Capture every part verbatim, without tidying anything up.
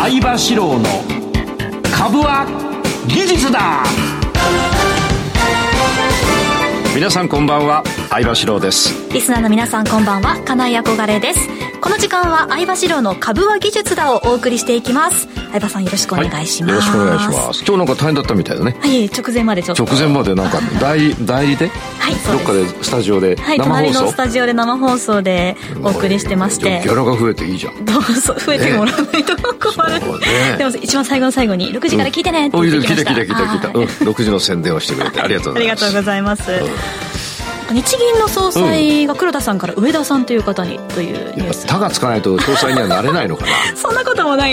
相場志郎の株は技術だ。皆さんこんばんは、相場志郎です。 リスナーの皆さんこんばんは、金井憧れです。この時間は相場志郎の株は技術だをお送りしていきます。相場さんよろしくお願いします、はい、 よろしくお願いします。今日なんか大変だったみたいだね。 はい、直前までちょっと直前までなんか代代理で、はい、どっかでスタジオで生放送、はい、 隣のスタジオで生放送でお送りしてまして、 ギャラが増えていいじゃん。 どうぞ増えてもらわないと困る、ね、でも一番最後の最後にろくじから聞いてねって言ってきました、うん、聞いた聞いた聞いた聞いた、うん、ろくじの宣伝をしてくれてありがとうございます。ありがとうございます、うん、日銀の総裁が黒田さんから上田さんという方にというニュース、 やっぱ他がつかないと総裁にはなれないのかなそんなこともない。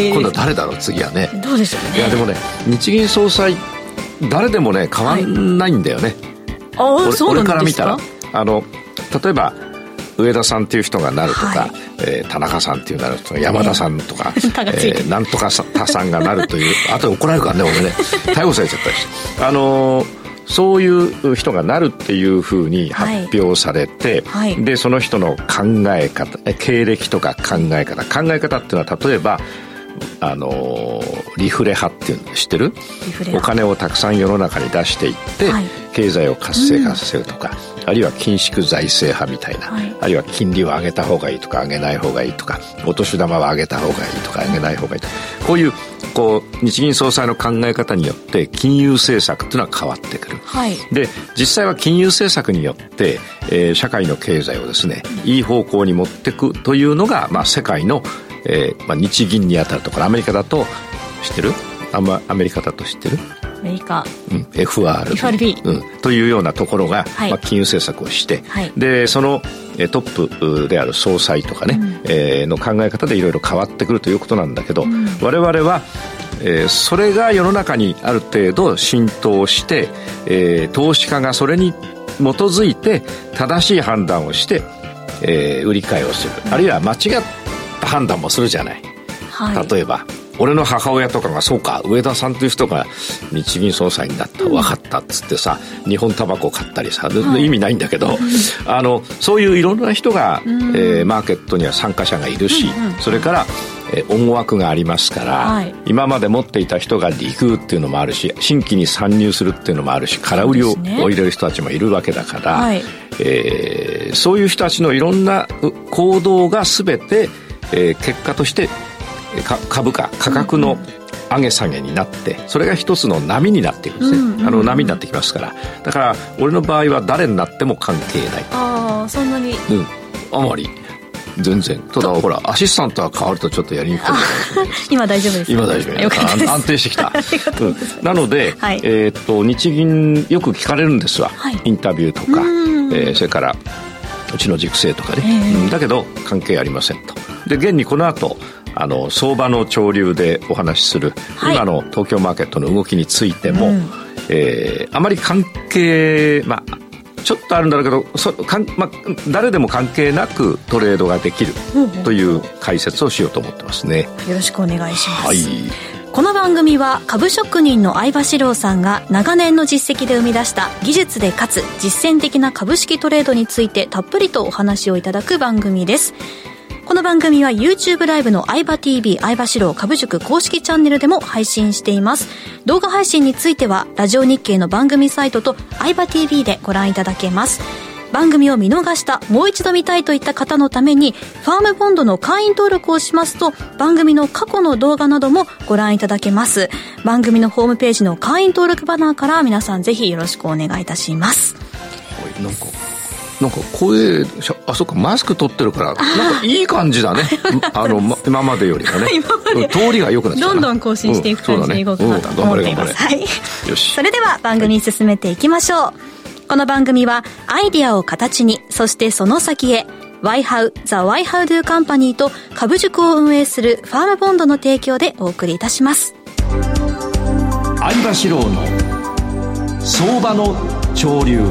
今度は誰だろう次はね。 どうでしょうね。 いやでもね、日銀総裁誰でもね変わんないんだよね、 はい、あ、そうなんですか。俺から見たらあの例えば上田さんっていう人がなるとか、はい、えー、田中さんっていうなるとか山田さんとか、えー、なんとか他さんがなるというあとで怒られるからね俺ね逮捕されちゃったりしてあのーそういう人がなるっていうふうに発表されて、はいはい、でその人の考え方、経歴とか考え方考え方っていうのは例えばあのリフレ派っていうの知ってる？お金をたくさん世の中に出していって、はい、経済を活性化させるとか、うん、あるいは緊縮財政派みたいな、はい、あるいは金利を上げた方がいいとか上げない方がいいとかお年玉は上げた方がいいとか上げない方がいいとか、こういうこう日銀総裁の考え方によって金融政策っていうのは変わってくる、はい、で実際は金融政策によって、えー、社会の経済をですね、うん、いい方向に持っていくというのが、まあ、世界のえーまあ、日銀にあたるところ、アメリカだと知ってる？あんまアメリカだと知ってる？ アメリカ、 うん、エフアールビー、エフアールビー、うん、というようなところが、はい、まあ、金融政策をして、はい、でそのトップである総裁とかね、うん、えー、の考え方でいろいろ変わってくるということなんだけど、うん、我々は、えー、それが世の中にある程度浸透して、えー、投資家がそれに基づいて正しい判断をして、えー、売り買いをする、うん、あるいは間違って判断もするじゃない、はい、例えば俺の母親とかがそうか上田さんという人が日銀総裁になった、うん、分かったっつってさ日本タバコ買ったりさ、はい、意味ないんだけど、あのそういういろんな人が、うん、えー、マーケットには参加者がいるし、うんうん、それから、えー、思惑がありますから、はい、今まで持っていた人が利食うっていうのもあるし新規に参入するっていうのもあるし空売りを入れる人たちもいるわけだから、はい、えー、そういう人たちのいろんな行動が全てえー、結果として株価価格の上げ下げになって、それが一つの波になっていくんですね、うんうん、あの波になってきますから、だから俺の場合は誰になっても関係ない。 ああ、そんなに、 うん、あまり全然。ただほらアシスタントが変わるとちょっとやりにくいじゃないですか、ね、 今大丈夫です、 今大丈夫よかったです。安定してきたうん、なので、はい、えー、っと日銀よく聞かれるんですわ、はい、インタビューとか、えー、それからうちの塾生とかね、えーうん、だけど関係ありませんと。で現にこの後あの相場の潮流でお話しする、はい、今の東京マーケットの動きについても、うん、えー、あまり関係、まあ、ちょっとあるんだろうけどそかん、まあ、誰でも関係なくトレードができるという解説をしようと思ってますね、 うんうん、よろしくお願いします、 はい。 この番組は株職人の相場志郎さんが長年の実績で生み出した技術でかつ実践的な株式トレードについてたっぷりとお話をいただく番組です。この番組は YouTube ライブの相場 ティービー 相場志郎株塾公式チャンネルでも配信しています。動画配信についてはラジオ日経の番組サイトと相場 ティービー でご覧いただけます。番組を見逃したもう一度見たいといった方のためにファームボンドの会員登録をしますと番組の過去の動画などもご覧いただけます。番組のホームページの会員登録バナーから皆さんぜひよろしくお願いいたします。 なんかなんか声あそっかマスク取ってるからなんかいい感じだねあの、ま、今までよりはね通りが良くなってきたな。どんどん更新していく感じに動くなと思っています、うん、はい、よし。それでは番組に進めていきましょう、はい。この番組はアイデアを形に、そしてその先へ ワイハウ The Why How Do Company と株塾を運営するファームボンドの提供でお送りいたします。相場志郎の相場の潮流。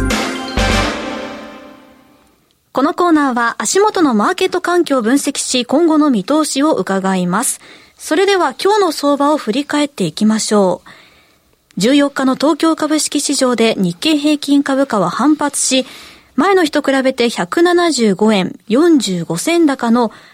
このコーナーは足元のマーケット環境を分析し今後の見通しを伺います。それでは今日の相場を振り返っていきましょう。じゅうよっかの東京株式市場で日経平均株価は反発し、前の日と比べてひゃくななじゅうごえんよんじゅうごせん高の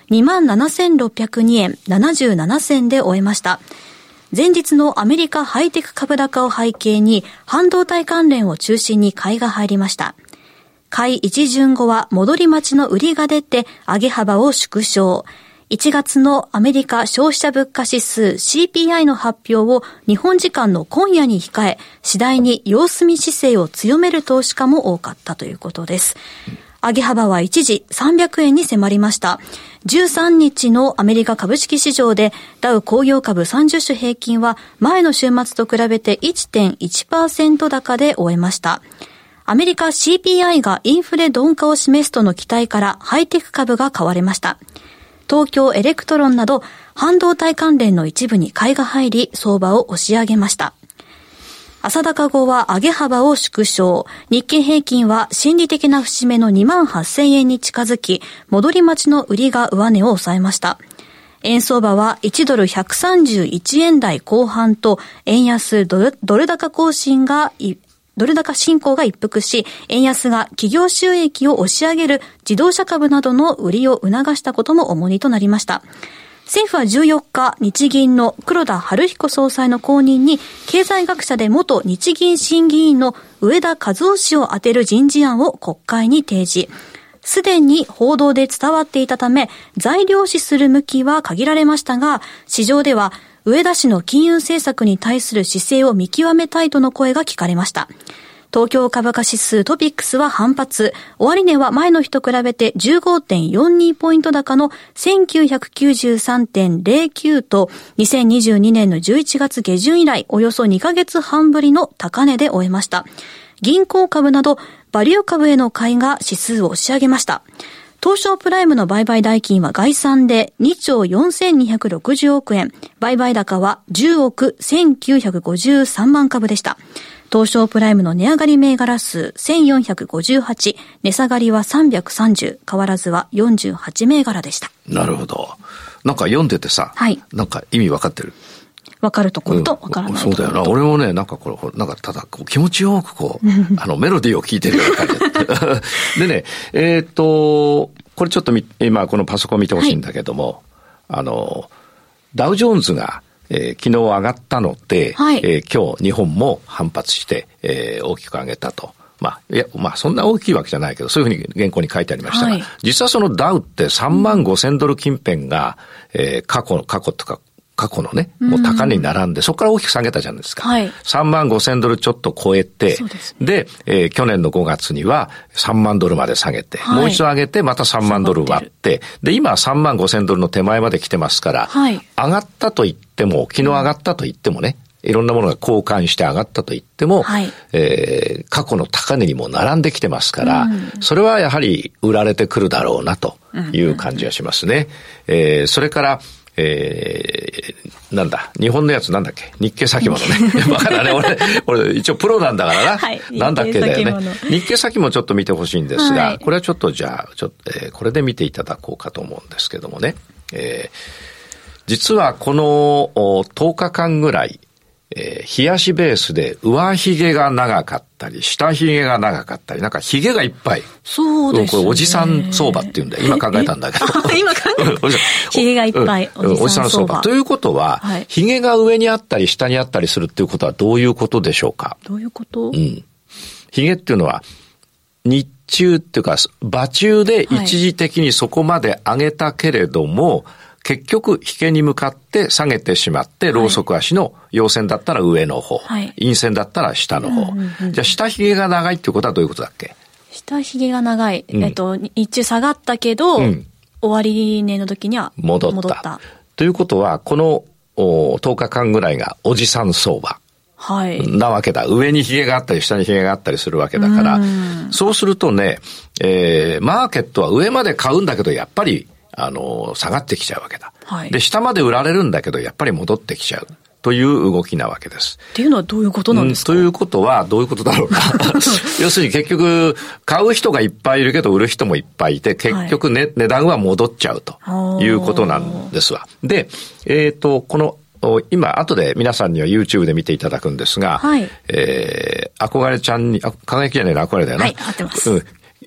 にまんななせんろっぴゃくにえんななじゅうななせんで終えました。前日のアメリカハイテク株高を背景に半導体関連を中心に買いが入りました。買い一巡後は戻り待ちの売りが出て上げ幅を縮小。いちがつのアメリカ消費者物価指数 シーピーアイ の発表を日本時間の今夜に控え、次第に様子見姿勢を強める投資家も多かったということです。上げ幅は一時さんびゃくえんに迫りました。じゅうさんにちのアメリカ株式市場でダウ工業株さんじゅっしゅ平均は前の週末と比べて いってんいちパーセント 高で終えました。アメリカ シーピーアイ がインフレ鈍化を示すとの期待からハイテク株が買われました。東京エレクトロンなど半導体関連の一部に買いが入り相場を押し上げました。朝高後は上げ幅を縮小。日経平均は心理的な節目の にまんはっせんえんに近づき、戻り待ちの売りが上値を抑えました。円相場はいちドルひゃくさんじゅういちえん台後半と円安ドル、ドル高更新がドル高進行が一服し、円安が企業収益を押し上げる自動車株などの売りを促したことも重荷となりました。政府はじゅうよっか、日銀の黒田晴彦総裁の後任に、経済学者で元日銀審議員の植田和男氏を充てる人事案を国会に提示。すでに報道で伝わっていたため、材料視する向きは限られましたが、市場では、植田氏の金融政策に対する姿勢を見極めたいとの声が聞かれました。東京株価指数トピックスは反発。終値は前の日と比べて じゅうごてんよんに ポイント高の せんきゅうひゃくきゅうじゅうさんてんゼロきゅう とにせんにじゅうにねんのじゅういちがつ下旬以来およそにかげつはんぶりの高値で終えました。銀行株などバリュー株への買いが指数を押し上げました。東証プライムの売買代金は概算でにちょうよんせんにひゃくろくじゅうおくえん、売買高はじゅうおくせんきゅうひゃくごじゅうさんまんかぶでした。東証プライムの値上がり銘柄数せんよんひゃくごじゅうはち、値下がりはさんびゃくさんじゅう、変わらずはよんじゅうはち銘柄でした。 なるほど。なんか読んでてさ、はい、なんか意味わかってる？ わかるところとわからないところと、 うん、そうだよな。俺もね、なんかこれ、なんかただこう気持ちよくこう、あのメロディーを聴いてるような感じでね、えっと、これちょっと今このパソコン見てほしいんだけども、はい、あの、ダウジョーンズが、えー、昨日上がったので、はい、えー、今日日本も反発して、えー、大きく上げたと。まあ、いや、まあそんな大きいわけじゃないけど、そういうふうに原稿に書いてありましたが、はい、実はそのダウってさんまんごせんドル近辺が、えー、過去の、過去とか、過去のね、もう高値に並んで、そこから大きく下げたじゃないですか。はい、さんまんごせんドルちょっと超えて、で, す、ね、で、えー、去年のごがつにはさんまんドルまで下げて、はい、もう一度上げて、またさんまんドル割って、で、今はさんまんごせんドルの手前まで来てますから、はい、上がったと言っても、昨日上がったと言ってもね、いろんなものが交換して上がったと言っても、はい、えー、過去の高値にも並んできてますから、うん、それはやはり売られてくるだろうなという感じがしますね。うんうんうん、えー、それから、えー、なんだ、日本のやつなんだっけ、日経先物ね。バカだね、俺、俺一応プロなんだからな。はい、なんだっけだよね。日経先もちょっと見てほしいんですが、はい、これはちょっとじゃあ、ちょっと、えー、これで見ていただこうかと思うんですけどもね。えー、実はこのとおかかんぐらい、えー、冷やしベースで上髭が長かったり、下髭が長かったり、なんか髭がいっぱい。 そうですね。 これおじさん相場っていうんだよ。今考えたんだけど。 今考えた。髭がいっぱい。 おじさん相場。ということは、はい、髭が上にあったり下にあったりするっていうことはどういうことでしょうか？ どういうこと？ うん。髭っていうのは、日中っていうか、場中で一時的にそこまで上げたけれども、はい、結局、髭に向かって下げてしまって、ロウソク足の陽線だったら上の方、はい、陰線だったら下の方。うんうんうん、じゃあ、下髭が長いっていうことはどういうことだっけ？下髭が長い。うん、えっと、日中下がったけど、うん、終値の時には戻った。戻った。 ということは、このとおかかんぐらいがおじさん相場。はい。なわけだ。上に髭があったり、下に髭があったりするわけだから、うそうするとね、えー、マーケットは上まで買うんだけど、やっぱり、あの、下がってきちゃうわけだ。はい。で、下まで売られるんだけど、やっぱり戻ってきちゃう。という動きなわけです。 っていうのはどういうことなんですか？ うん、ということは、どういうことだろうな。要するに結局、買う人がいっぱいいるけど、売る人もいっぱいいて、結局、ね、はい、値段は戻っちゃうということなんですわ。で、えっと、この、今、後で皆さんには YouTube で見ていただくんですが、はい、えー、憧れちゃんに、あ、輝きじゃねえな、憧れだよな。 はい、合ってます。 うん。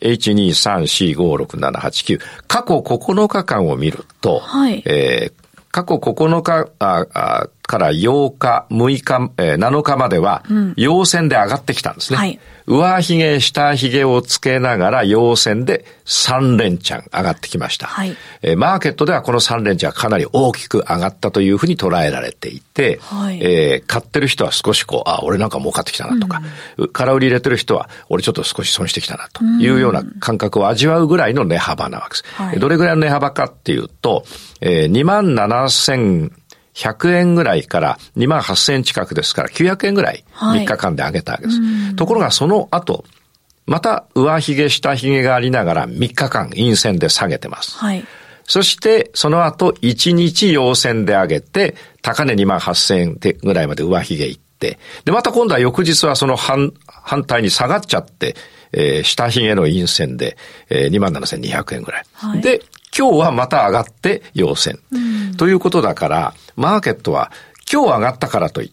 いち、に、さん、よん、ご、ろく、なな、はち、きゅう。過去ここのかかんを見ると、はい、えー、過去ここのかああからようか、むいか、えー、なのかまでは、陽線で上がってきたんですね。はい、上髭、下髭をつけながら陽線でさん連チャン上がってきました。はい、えー、マーケットではこのさん連チャンかなり大きく上がったというふうに捉えられていて、はい、えー、買ってる人は少しこう、あ、俺なんか儲かってきたなとか、うん、空売り入れてる人は、俺ちょっと少し損してきたなというような感覚を味わうぐらいの値幅なわけです。はい、どれぐらいの値幅かっていうと、えー、にまんななせんひゃくえんぐらいからにまんはっせんえん近くですからきゅうひゃくえんぐらいみっかかんで上げたわけです。はい、ところがその後、また上髭下髭がありながらみっかかん陰線で下げてます。はい、そしてその後いちにち陽線で上げて高値にまんはっせんえんぐらいまで上髭行って、でまた今度は翌日はその反反対に下がっちゃって、えー、下髭の陰線で、えー、にまんななせんにひゃくえんぐらい。はい、で今日はまた上がって陽線、うん、ということだから、マーケットは今日上がったからといって、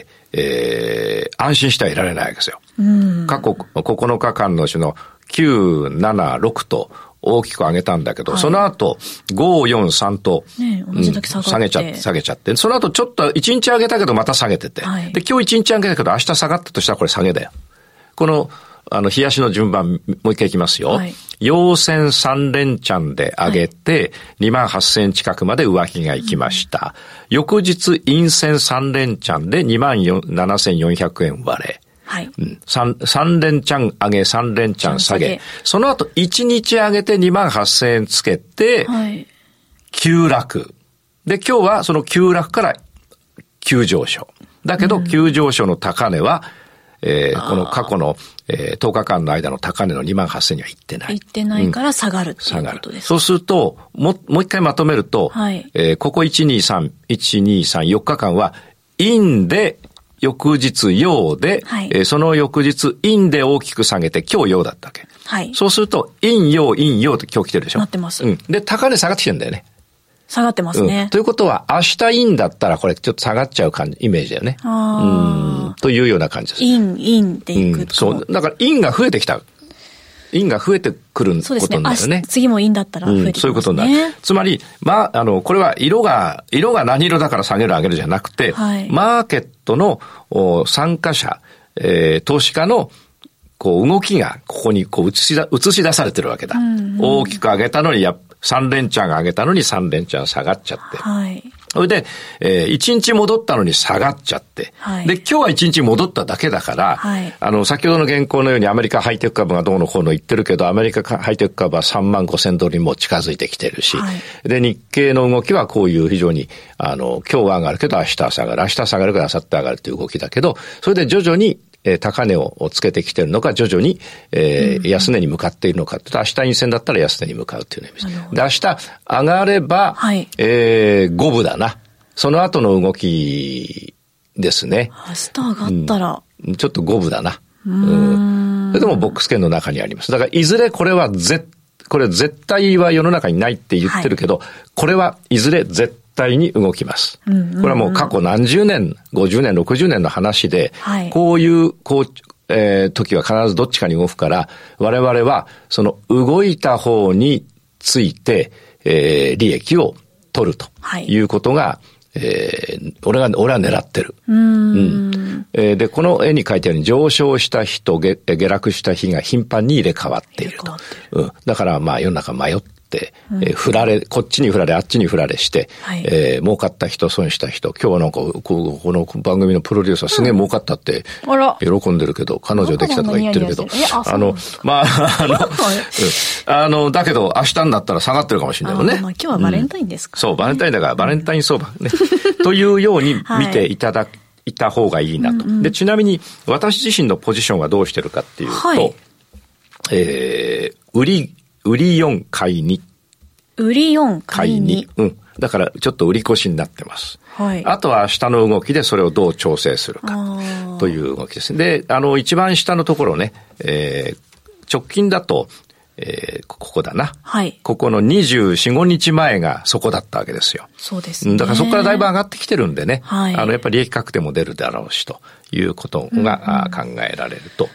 えー、安心してはいられないわけですよ。うん、過去ここのかかんのうちのきゅう、なな、ろくと大きく上げたんだけど、はい、その後ご、よん、さんと、ね、同じ時下がって、うん、下げちゃって、下げちゃって、その後ちょっといちにち上げたけどまた下げてて、はい、で今日いちにち上げたけど明日下がったとしたらこれ下げだよ。このあの、冷やしの順番、もう一回いきますよ。はい、陽線さん連チャンで上げて、はい、にまんはっせんえん近くまで上髭が行きました。うん、翌日、陰線さん連チャンでにまんななせんよんひゃくえん割れ。はい。うん、3、3連チャン上げ、さん連チャン下げ。その後、いちにち上げてにまんはっせんえんつけて、はい、急落。で、今日はその急落から急上昇。だけど、急上昇の高値は、えー、この過去の、えー、とおかかんの間の高値のにまんはっせんには行ってない。 行ってないから下がるっていうことです、 うん、そうすると、も、もう一回まとめると、はい、えー、ここいち、に、さん、いち、に、さん、よっかかんは、陰で、翌日陽で、はい、えー、その翌日陰で大きく下げて、今日陽だったわけ。はい。そうすると、陰陽、陰陽って今日来てるでしょ。 なってます。 うん。で、高値下がってきてるんだよね。 下がってますね。 うん、ということは、明日陰だったらこれちょっと下がっちゃう感じ、イメージだよね。あうんというような感じです。 陰、陰でいくと、うん。 そう。だから陰が増えてきた。陰が増えてくることになるね。そうですね。 次も陰だったら増えてきますね、うん。そういうことになる。 つまり、まあ、あの、これは色が、色が何色だから下げる上げるじゃなくて、はい、マーケットの参加者、えー、投資家のこう動きがここにこう映しだ、映し出されてるわけだ。うんうん、大きく上げたのにやさん連チャン上げたのにさん連チャン下がっちゃって。はい。それで、えー、いちにち戻ったのに下がっちゃって。はい。で、今日はいちにち戻っただけだから、はい。あの、先ほどの原稿のようにアメリカハイテク株がどうのこうの言ってるけど、アメリカハイテク株はさんまんごせんドルにも近づいてきてるし、はい。で、日経の動きはこういう非常に、あの、今日は上がるけど明日は下がる、明日は下がるけど明後日上がるという動きだけど、それで徐々に、えー、高値をつけてきているのか、徐々に、えー、安値に向かっているのかというと、明日陰線だったら安値に向かうという意味です。で、明日上がれば、はい、えー、五分だな。その後の動きですね。 明日上がったら、 うん、ちょっと五分だな。うーん。それでもボックス圏の中にあります。だから、いずれこれは絶、これ絶対は世の中にないって言ってるけど、はい、これはいずれ絶対絶対に動きます、うんうんうん。これはもう過去何十年、ごじゅうねん、ろくじゅうねんの話で、はい、こういう、こう、えー、時は必ずどっちかに動くから、我々はその動いた方について、えー、利益を取るということが、はい、えー、俺が、俺は狙ってる。うん、うんえー。で、この絵に書いてあるように上昇した日と下、下落した日が頻繁に入れ替わっていると。うん、だからまあ世の中迷って、うん、えー、振られ、こっちに振られ、あっちに振られして、はい、えー、儲かった人、損した人、今日はなんか、こ, この番組のプロデューサーすげえ儲かったって、喜んでるけど、うん、彼女できたとか言ってるけど、あの、まあ、あの、うん、あの、だけど明日になったら下がってるかもしれないもんね。 まあ、今日はバレンタインですか、ねうん、そう、バレンタインだから、バレンタイン相場ね。というように見ていただいた方がいいなと。はい、で、ちなみに、私自身のポジションはどうしてるかっていうと、はい、えー、売り、売りよん、買いに。 売りよん、買いに。 うん。だからちょっと売り越しになってます。はい。あとは下の動きでそれをどう調整するかという動きです。で、あの一番下のところね、えー、直近だと、えー、ここだな。はい。ここのにじゅうよん、ごにちまえがそこだったわけですよ。 そうですね。 だからそこからだいぶ上がってきてるんでね。はい。あのやっぱり利益確定も出るだろうしということが、うんうん、考えられると。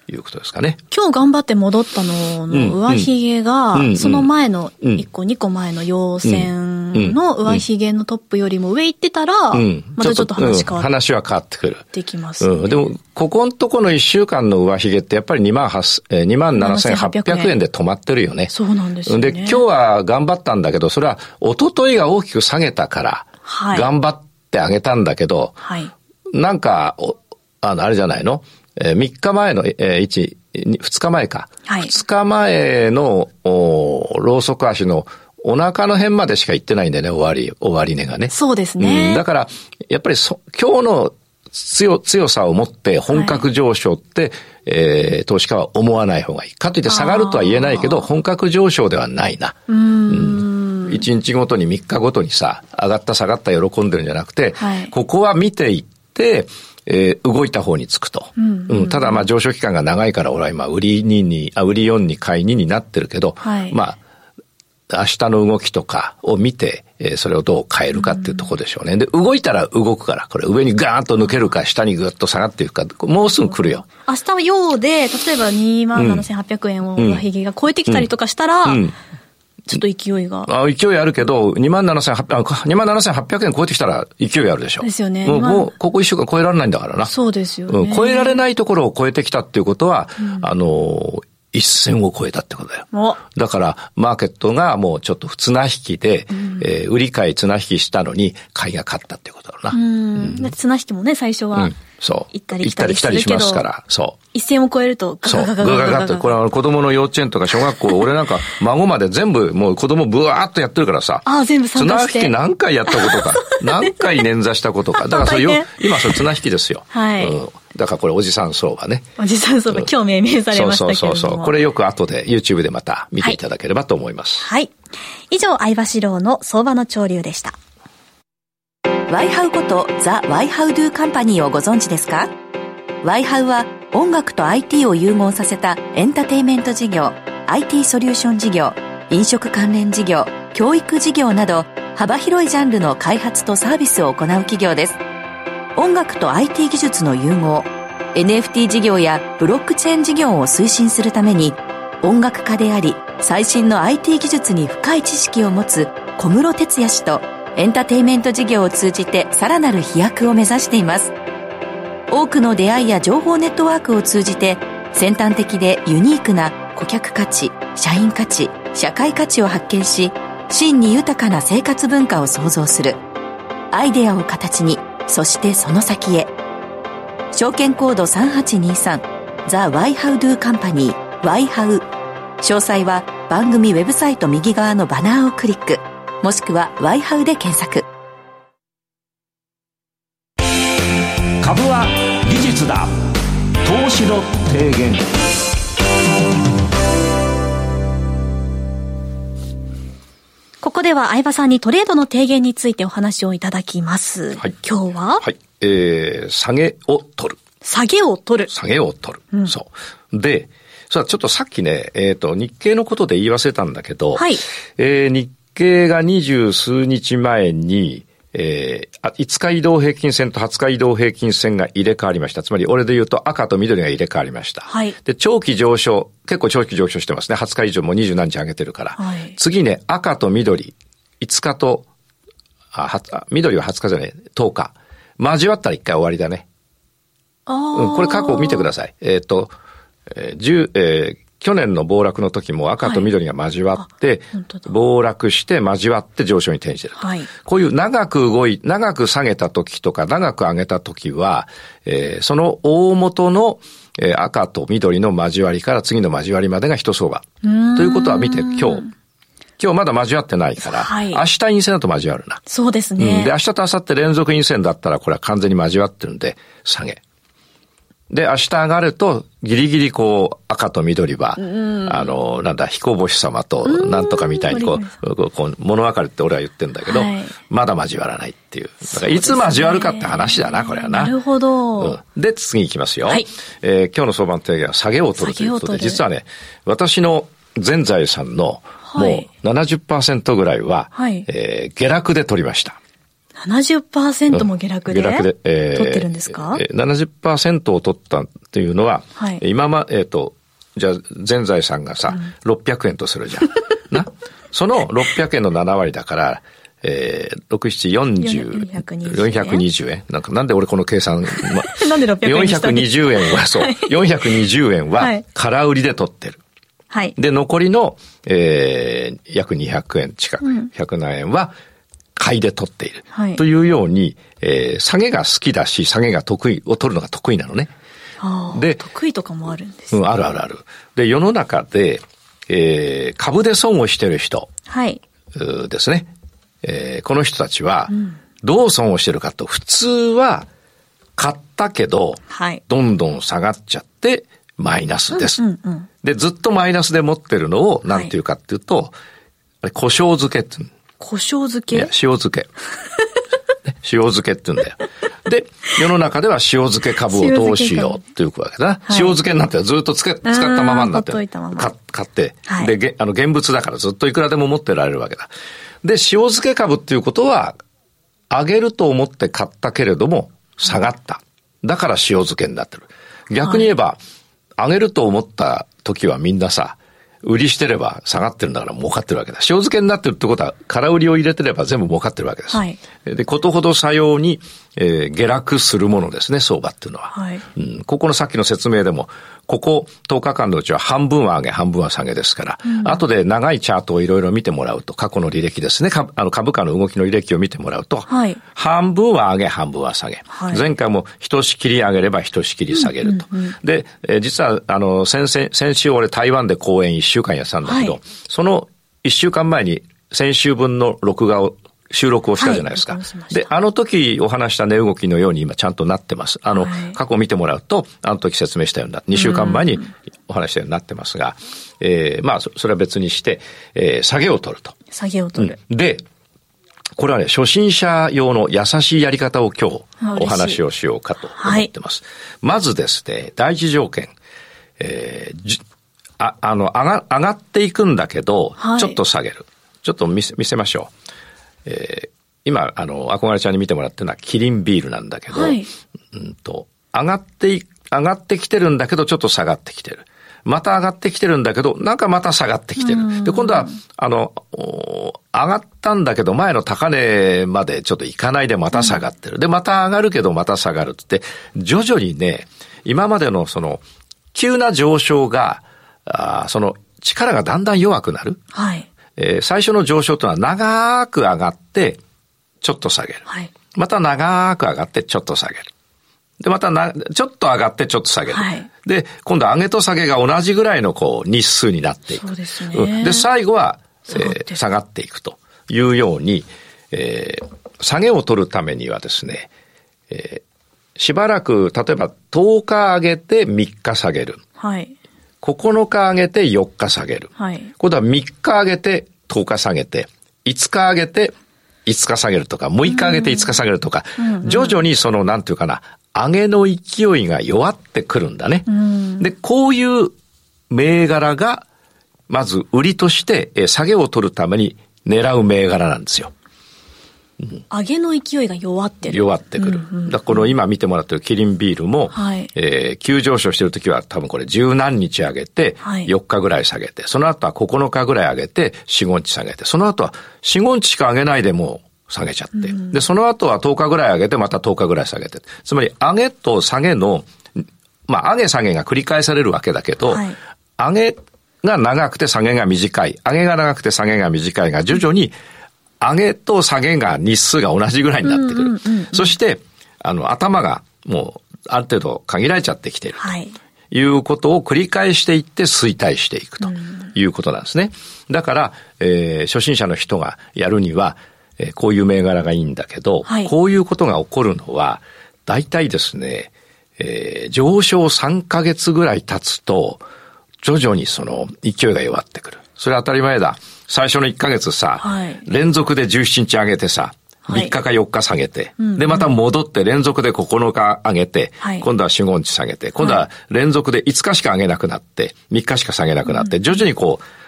いうことですかね。 今日頑張って戻ったのの上髭が、うんうん、その前のいっこ、うん、にこまえの陽線の上髭のトップよりも上行ってたら、うん、またちょっと話変わって、うん、 話は変わってくる。 できますね、 うん。でも、ここのとこのいっしゅうかんの上髭ってやっぱりにまんななせんはっぴゃくえんで止まってるよね。 そうなんですよね。 で、今日は頑張ったんだけど、それは一昨日が大きく下げたから、はい、頑張ってあげたんだけど、はい、なんか、あの、あれじゃないの？えー、みっかまえの、えー、いち、ふつかまえか。はい、ふつかまえの、おローソク足のお腹の辺までしか行ってないんだよね、終わり、終わり値がね。 そうですね。 うん、だから、やっぱりそ、今日の強、強さを持って本格上昇って、はい、えー、投資家は思わない方がいい。かといって下がるとは言えないけど、本格上昇ではないな。うーん。いちにちごとにみっかごとにさ、上がった下がった喜んでるんじゃなくて、はい、ここは見ていって、えー、動いた方につくと。うんうんうん、ただまあ上昇期間が長いから俺は今売りにに、あ、売りよんに買いにになってるけど、はい、まあ、明日の動きとかを見て、えー、それをどう変えるかっていうところでしょうね。うん、で、動いたら動くから、これ上にガーンと抜けるか、下にぐっと下がっていくか、もうすぐ来るよ。 明日はようで、例えばにまんななせんはっぴゃくえんを上髭が超えてきたりとかしたら、うんうんうん、ちょっと勢いが。 あ、勢いあるけど、にまんななせんはっぴゃく、にまんななせんはっぴゃくえん超えてきたら勢いあるでしょ。 ですよね。 もう、もうここいっしゅうかん超えられないんだからな。 そうですよね。 うん、超えられないところを超えてきたっていうことは、うん、あの、一線を超えたってことだよ。だから、マーケットがもうちょっと綱引きで、うん、えー、売り買い綱引きしたのに、買いが勝ったっていうことだろうな。うん。 だって綱引きもね、最初は、うん、そう。行ったり来たりするけど。行ったり来たりしますから、そう。 一線を超えるとガガガガガガガガガ。そう、ガガガガって、 これは子供の幼稚園とか小学校、俺なんか孫まで全部もう子供ブワーっとやってるからさ。 ああ、全部参加して。 綱引き何回やったことか。何回捻挫したことか。だからそれよ、今それ綱引きですよ。はい。うん、だからこれおじさん相場ね。 おじさん相場、今日命名されましたけれども。そうそうそう。 これよく後で YouTube でまた見ていただければと思います。 はい。はい、以上、相場志郎の相場の潮流でした。 ワイハウ ことザ・ワイハウドゥカンパニーをご存知ですか？ワイハウは音楽と アイティー を融合させたエンターテインメント事業、アイティー ソリューション事業、飲食関連事業、教育事業など幅広いジャンルの開発とサービスを行う企業です。音楽と アイティー 技術の融合、エヌエフティー 事業やブロックチェーン事業を推進するために、音楽家であり最新の アイティー 技術に深い知識を持つ小室哲哉氏とエンターテインメント事業を通じてさらなる飛躍を目指しています。多くの出会いや情報ネットワークを通じて先端的でユニークな顧客価値、社員価値、社会価値を発見し、真に豊かな生活文化を創造する。アイデアを形に、そしてその先へ。証券コードさんはちにさん ザ・ワイハウドゥカンパニー ワイハウ。詳細は番組ウェブサイト右側のバナーをクリック、もしくは ワイハウ で検索。 株は技術だ。投資の提言。 ここでは相場さんにトレードの提言についてお話をいただきます。はい、今日は、 はい、えー、下げを取る。 下げを取る。 下げを取る。うん、そう。で、それはちょっとさっきね、えっと、日経のことで言い忘れたんだけど、はい、えー、日経が二十数日前に、えー、いつか移動平均線とはつか移動平均線が入れ替わりました。つまり俺で言うと赤と緑が入れ替わりました。はい。で、長期上昇、結構長期上昇してますね。はつか以上もう二十何日上げてるから。はい。次ね、赤と緑、いつかと、あ、は、緑ははつかじゃねえ、とおか。交わったら一回終わりだね。ああ。うん、これ過去見てください。えっと、えー、十、えー、去年の暴落の時も赤と緑が交わって、はい、暴落して交わって上昇に転じてると、はい。こういう長く動い、長く下げた時とか長く上げた時は、えー、その大元の、えー、赤と緑の交わりから次の交わりまでが一相場。ということは見て今日。今日まだ交わってないから、はい、明日陰線だと交わるな。 そうですね。 うん、で、明日と明後日連続陰線だったらこれは完全に交わってるんで、下げ。で、明日上がると、ギリギリこう、赤と緑は、あの、なんだ、彦星様と、なんとかみたいにこう、こう物分かりって俺は言ってんだけど、はい、まだ交わらないっていう。だからいつ交わるかって話だな、これはな。 なるほど。 うん、で、次行きますよ。はい、えー、今日の相場の提言は下げを取るということで、実はね、私の全財産の、もう ななじゅっパーセント ぐらいは、はい、えー、下落で取りました。 ななじゅっパーセント も下落で、うん、下落で、えー、取ってるんですか？ えー、ななじゅっパーセント を取ったっていうのは、はい、今ま、えっ、ー、と、じゃあ全財産がさ、うん、ろっぴゃくえんとするじゃん。なそのろっぴゃくえんのなな割だから、えー、ろく、なな、よんじゅう、よんひゃくにじゅうえんなんかなんで俺この計算、ま、 なんでろっぴゃくえんにしたんですか？ よんひゃくにじゅうえんは、そう、はい、よんひゃくにじゅうえんは空売りで取ってる。はい。で、残りの、えー、約にひゃくえん近く、うん、ひゃく何円は買いで取っている。はい。というように、えー、下げが好きだし、下げが得意を取るのが得意なのね。 で、得意とかもあるんです、 ね。うん、あるあるある。で、世の中で、えー、株で損をしてる人。はい。ですね。えー、この人たちは、どう損をしてるかと、普通は、買ったけど、はい。どんどん下がっちゃって、マイナスです、うんうんうん。で、ずっとマイナスで持ってるのを、なんていうかっていうと、はい、あれ、胡椒漬けって。 胡椒漬け？ いや、塩漬け。塩漬けって言うんだよ。で、世の中では塩漬け株をどうしようっていうわけだな。はい、塩漬けになってずっとつけ、使ったままになってる。買って、はい、で、あの、現物だからずっといくらでも持ってられるわけだ。で、塩漬け株っていうことは、上げると思って買ったけれども、下がった。だから塩漬けになってる。逆に言えば、はい、上げると思った時はみんなさ、売りしてれば下がってるんだから儲かってるわけだ。塩漬けになってるってことは、空売りを入れてれば全部儲かってるわけです。はい。で、ことほどさように、えー、下落するものですね、相場っていうのは。はい。うん、ここのさっきの説明でも、こことおかかんのうちは半分は上げ、半分は下げですから、うん、後で長いチャートをいろいろ見てもらうと、過去の履歴ですね、かあの株価の動きの履歴を見てもらうと、はい、半分は上げ、半分は下げ。はい、前回もひとしきり上げればひとしきり下げると。うんうんうん、で、えー、実は、あの、先々、先週俺台湾で講演いっしゅうかんやってたんだけど、はい、そのいっしゅうかんまえに先週分の録画を収録をしたじゃないですか。はい、で、あの時お話した値動きのように今ちゃんとなってます。あの、はい、過去を見てもらうと、あの時説明したような、にしゅうかんまえにお話したようになってますが、えー、まあ、それは別にして、えー、下げを取ると。 下げを取る。 うん、で、これはね、初心者用の優しいやり方を今日お話をしようかと思ってます。はい、まずですね、第一条件、えー、あ、あの、上が、上がっていくんだけど、はい、ちょっと下げる。ちょっと見せ、見せましょう。えー、今、あの、憧れちゃんに見てもらってるのはキリンビールなんだけど、はい、うんと、上がってい、上がってきてるんだけど、ちょっと下がってきてる。また上がってきてるんだけど、なんかまた下がってきてる。で、今度は、あの、上がったんだけど、前の高値までちょっと行かないでまた下がってる。で、また上がるけどまた下がるって、徐々にね、今までのその、急な上昇が、あその力がだんだん弱くなる。はい。えー、最初の上昇というのは長く上がって、ちょっと下げる。はい。また長く上がって、ちょっと下げる。で、またな、ちょっと上がってちょっと下げる。はい。で、今度上げと下げが同じぐらいのこう日数になっていく。 そうですね。 で、最後は、えー、下がっていくというように、えー、下げを取るためにはですね、えー、しばらく、例えばとおか上げてみっか下げる。はい。ここのか上げてよっか下げる。はい。今度はみっか上げてとおか下げて、いつか上げていつか下げるとか、むいか上げていつか下げるとか、うんうん、徐々にその、なんていうかな、上げの勢いが弱ってくるんだね。うん、で、こういう銘柄が、まず売りとして、え下げを取るために狙う銘柄なんですよ。 うん、上げの勢いが弱ってる。 弱ってくる。うんうん、だこの今見てもらってるキリンビールも、はい、えー、急上昇してるときは多分これ十何日上げて、よっかぐらい下げて、その後はここのかぐらい上げて、よん、ご日下げて、その後はよん、ご日しか上げないでもう下げちゃって、うん、で、その後はとおかぐらい上げて、またとおかぐらい下げて、つまり上げと下げの、まあ上げ下げが繰り返されるわけだけど、はい、上げが長くて下げが短い、上げが長くて下げが短いが徐々に、上げと下げが日数が同じぐらいになってくる。うんうんうんうん、そして、あの、頭がもうある程度限られちゃってきている。はい。いうことを繰り返していって衰退していくということなんですね。うん、だから、えー、初心者の人がやるには、えー、こういう銘柄がいいんだけど、はい、こういうことが起こるのは、大体ですね、えー、上昇さんかげつぐらい経つと、徐々にその勢いが弱ってくる。それは当たり前だ。最初のいっかげつさ、はい、連続でじゅうしちにち上げてさ、みっかかよっか下げて、はい、で、また戻って連続でここのか上げて、はい、今度はよん、ご日下げて、今度は連続でいつかしか上げなくなって、みっかしか下げなくなって、うん、徐々にこう、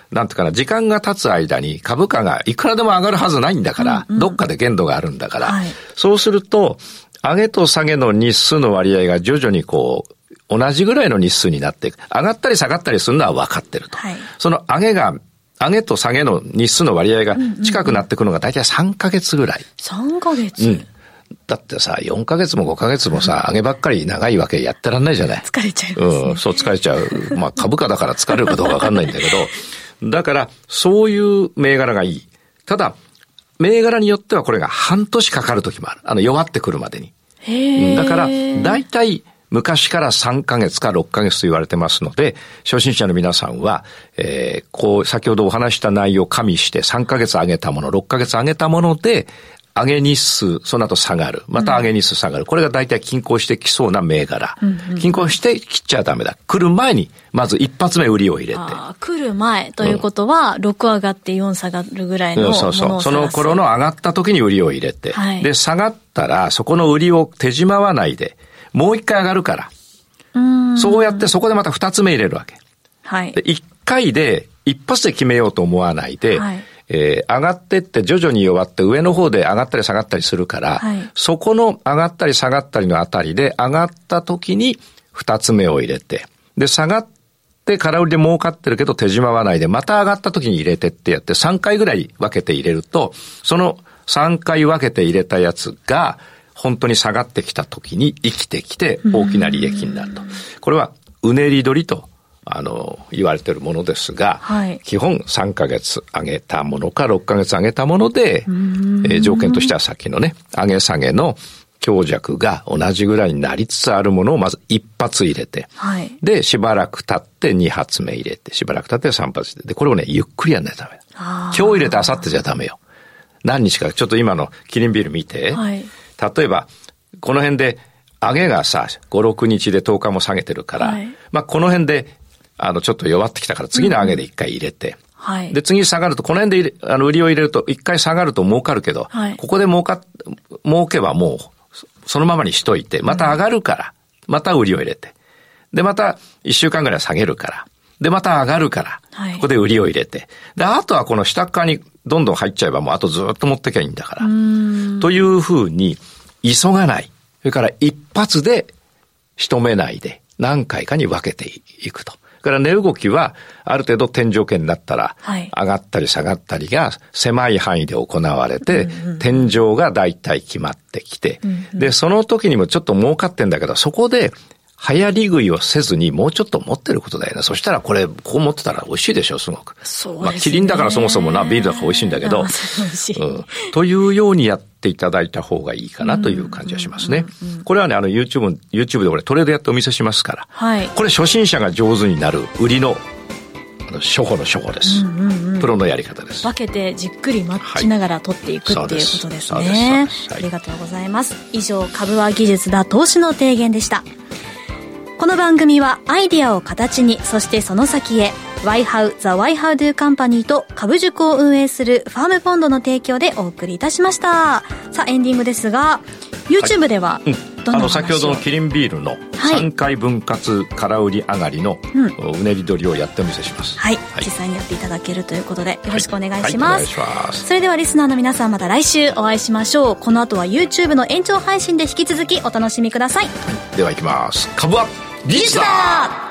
なんていうかな、時間が経つ間に株価がいくらでも上がるはずないんだから、うんうん、どっかで限度があるんだから、はい、そうすると、上げと下げの日数の割合が徐々にこう、同じぐらいの日数になっていく。上がったり下がったりするのは分かってると。はい、その上げが、上げと下げの日数の割合が近くなってくるのが大体さんかげつぐらい。 さんかげつ、うん、 だってさ、よんかげつもごかげつもさ、上げばっかり長いわけやってらんないじゃない。 疲れちゃいますね。 うん、そう疲れちゃう。まあ株価だから疲れるかどうかわかんないんだけど、だから、そういう銘柄がいい。ただ、銘柄によってはこれが半年かかる時もある。あの、弱ってくるまでに。 へー。 だから、大体、昔からさんかげつかろっかげつと言われてますので、初心者の皆さんは、えー、こう、先ほどお話した内容を加味してさんかげつ上げたもの、ろっかげつ上げたもので、上げ日数、その後下がる。また上げ日数下がる。これが大体均衡してきそうな銘柄。うんうん、均衡して切っちゃダメだ。来る前に、まず一発目売りを入れて。 あ、来る前ということは、うん、ろく上がってよん下がるぐらいのものを探す。 そうそう。その頃の上がった時に売りを入れて。はい、で、下がったら、そこの売りを手締まわないで、もう一回上がるから。うそうやってそこでまた二つ目入れるわけ。はい。で、一回で、一発で決めようと思わないで、はい、えー、上がってって徐々に弱って上の方で上がったり下がったりするから、はい、そこの上がったり下がったりのあたりで上がった時に二つ目を入れて、で、下がって空売りで儲かってるけど手締まわないで、また上がった時に入れてってやってさんかいぐらい分けて入れると、そのさんかい分けて入れたやつが、本当に下がってきた時に生きてきて大きな利益になると。これはうねり取りとあの言われているものですが、はい、基本さんかげつ上げたものかろっかげつ上げたもので、えー、条件としてはさっきのね、上げ下げの強弱が同じぐらいになりつつあるものをまず一発入れて、はい、でしばらく経って二発目入れて、しばらく経って三発入れて、でこれをねゆっくりやんないとダメ。今日入れて明後日じゃダメよ。何日かちょっと今のキリンビール見て、はい、例えばこの辺で上げがさご、ろくにちでとおかも下げてるから、はい、まあこの辺であのちょっと弱ってきたから次の上げで一回入れて、うんはい、で次下がるとこの辺であの売りを入れると一回下がると儲かるけど、はい、ここで儲か儲けばもうそのままにしといて、また上がるから、うん、また売りを入れて、でまたいっしゅうかんぐらい下げるから、でまた上がるから、はい、ここで売りを入れて、であとはこの下側にどんどん入っちゃえばもうあとずっと持ってきゃいいんだから、というふうに急がない。それから一発で仕留めないで何回かに分けていくと。それから値動きはある程度天井圏になったら、はい、上がったり下がったりが狭い範囲で行われて、うんうん、天井がだいたい決まってきて、うんうん、でその時にもちょっと儲かってんだけど、そこで流行り食いをせずにもうちょっと持ってることだよね。そしたらこれこう持ってたら美味しいでしょ、すごく。 そうですね。 まあキリンだからそもそもなビールだから美味しいんだけど、美味しい、うん、というようにやっていただいた方がいいかなという感じがしますね。うんうんうん、これはね、あの YouTube YouTube で俺トレードやってお見せしますから、はい、これ初心者が上手になる売りのあの初歩の初歩です、うんうんうん。プロのやり方です。 分けてじっくり待ちながら取っていく、はい、っていうことですね。ありがとうございます。以上、株は技術だ、投資の提言でした。この番組はアイデアを形に、そしてその先へ ワイハウ The ワイハウ Do Company と株塾を運営するファームポンドの提供でお送りいたしました。さあエンディングですが、 YouTube ではどんな話を、 あの先ほどのキリンビールのさんかい分割空売り上がりのうねり取りをやってお見せします、 はい、はい、実際にやっていただけるということでよろしくお願いします、はいはい、お願いします。それではリスナーの皆さん、また来週お会いしましょう。この後は YouTube の延長配信で引き続きお楽しみください、はい、 ではいきます。株は技術だ。